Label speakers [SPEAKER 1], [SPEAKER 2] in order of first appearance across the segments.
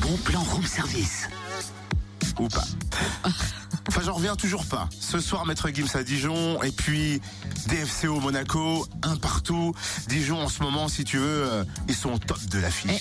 [SPEAKER 1] bon plan room service.
[SPEAKER 2] Ou pas. Enfin, j'en reviens toujours pas. Ce soir, Maître Gims à Dijon, et puis DFCO Monaco, un partout. Dijon, en ce moment, si tu veux, ils sont au top de l'affiche.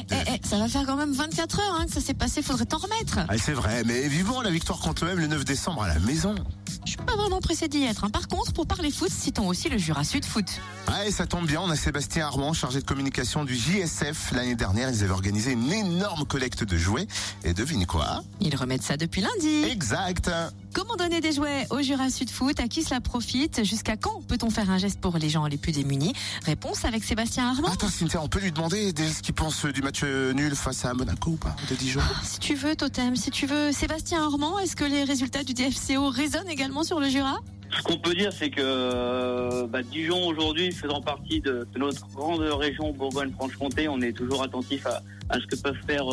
[SPEAKER 3] Ça va faire quand même 24 heures que ça s'est passé, faudrait t'en remettre.
[SPEAKER 2] Ah, c'est vrai, mais vivons la victoire contre l'OM le 9 décembre à la maison.
[SPEAKER 3] Je suis pas vraiment pressé d'y être. Par contre, pour parler foot, citons aussi le Jura Sud Foot.
[SPEAKER 2] Ah, et ça tombe bien, on a Sébastien Armand, chargé de communication du JSF. L'année dernière, ils avaient organisé une énorme collecte de jouets. Et devine quoi?
[SPEAKER 3] Ils remettent ça depuis lundi.
[SPEAKER 2] Exact.
[SPEAKER 3] Comment donner des jouets au Jura Sud Foot? À qui cela profite? Jusqu'à quand peut-on faire un geste pour les gens les plus démunis? Réponse avec Sébastien Armand.
[SPEAKER 2] Attends, Cynthia, on peut lui demander déjà ce qu'il pense du match nul face à Monaco ou pas, de Dijon?
[SPEAKER 3] Si tu veux, Totem, si tu veux. Sébastien Armand, est-ce que les résultats du DFCO résonnent également sur le Jura?
[SPEAKER 4] Ce qu'on peut dire, c'est que Dijon aujourd'hui, faisant partie de notre grande région Bourgogne-Franche-Comté, on est toujours attentif à ce que peuvent faire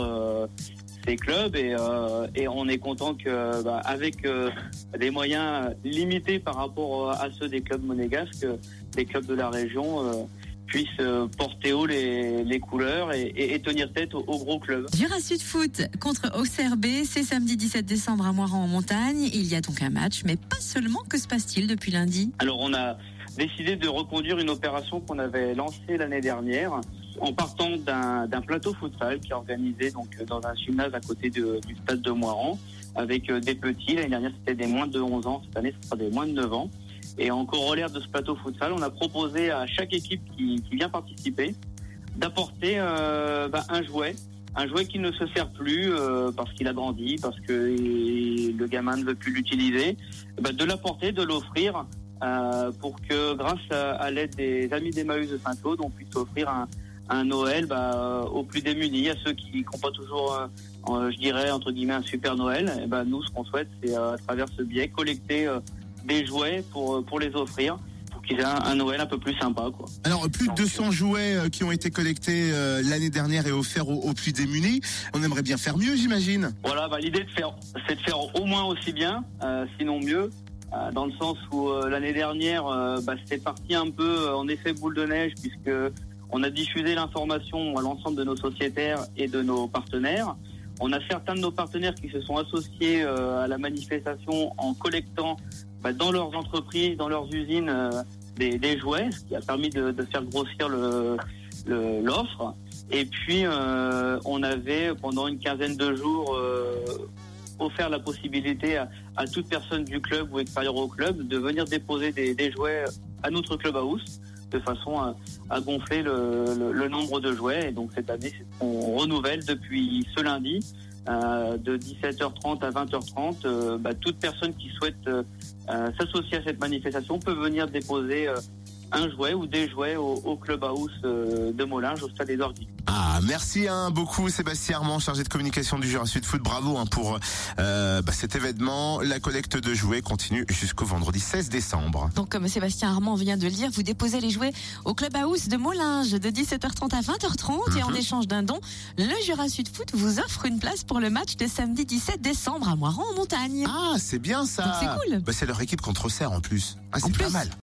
[SPEAKER 4] ces clubs et on est content que avec des moyens limités par rapport à ceux des clubs monégasques, les clubs de la région puissent porter haut les couleurs et tenir tête aux gros clubs.
[SPEAKER 3] Jura Sud Foot contre Auxerre B, c'est samedi 17 décembre à Moirans en montagne. Il y a donc un match, mais pas seulement. Que se passe-t-il depuis lundi?
[SPEAKER 4] Alors on a décidé de reconduire une opération qu'on avait lancée l'année dernière en partant d'un plateau futsal qui est organisé donc dans un gymnase à côté du stade de Moirans avec des petits. L'année dernière c'était des moins de 11 ans, cette année ce sera des moins de 9 ans. Et en corollaire de ce plateau futsal, on a proposé à chaque équipe qui vient participer d'apporter un jouet qui ne se sert plus parce qu'il a grandi, parce que le gamin ne veut plus l'utiliser, de l'apporter, de l'offrir pour que grâce à l'aide des Amis d'Emmaüs de Saint-Claude, on puisse offrir un Noël aux plus démunis, à ceux qui n'ont pas toujours, je dirais, entre guillemets, un super Noël. Et nous, ce qu'on souhaite, c'est à travers ce biais, collecter des jouets pour les offrir, pour qu'ils aient un Noël un peu plus sympa, quoi.
[SPEAKER 2] Alors, plus de 200 jouets qui ont été collectés l'année dernière et offerts aux plus démunis. On aimerait bien faire mieux, j'imagine.
[SPEAKER 4] Voilà, l'idée c'est de faire au moins aussi bien, sinon mieux. Dans le sens où l'année dernière, c'était parti un peu en effet boule de neige, puisque on a diffusé l'information à l'ensemble de nos sociétaires et de nos partenaires. On a certains de nos partenaires qui se sont associés à la manifestation en collectant dans leurs entreprises, dans leurs usines, des jouets, ce qui a permis de faire grossir l'offre. Et puis, on avait, pendant une quinzaine de jours, offert la possibilité à toute personne du club ou extérieure au club de venir déposer des jouets à notre club house, de façon à gonfler le nombre de jouets. Et donc cette année, on renouvelle depuis ce lundi, de 17h30 à 20h30. Toute personne qui souhaite s'associer à cette manifestation peut venir déposer un jouet ou des jouets au clubhouse de Molinges, au stade des Orgues.
[SPEAKER 2] Ah, merci beaucoup Sébastien Armand, chargé de communication du Jura Sud Foot. Bravo pour cet événement. La collecte de jouets continue jusqu'au vendredi 16 décembre.
[SPEAKER 3] Donc comme Sébastien Armand vient de le dire, vous déposez les jouets au clubhouse de Molinges de 17h30 à 20h30 et en échange d'un don, le Jura Sud Foot vous offre une place pour le match de samedi 17 décembre à Moirans en montagne.
[SPEAKER 2] Ah, c'est bien ça.
[SPEAKER 3] Donc c'est cool.
[SPEAKER 2] C'est leur équipe contre Auxerre en plus. Ah, c'est pas mal.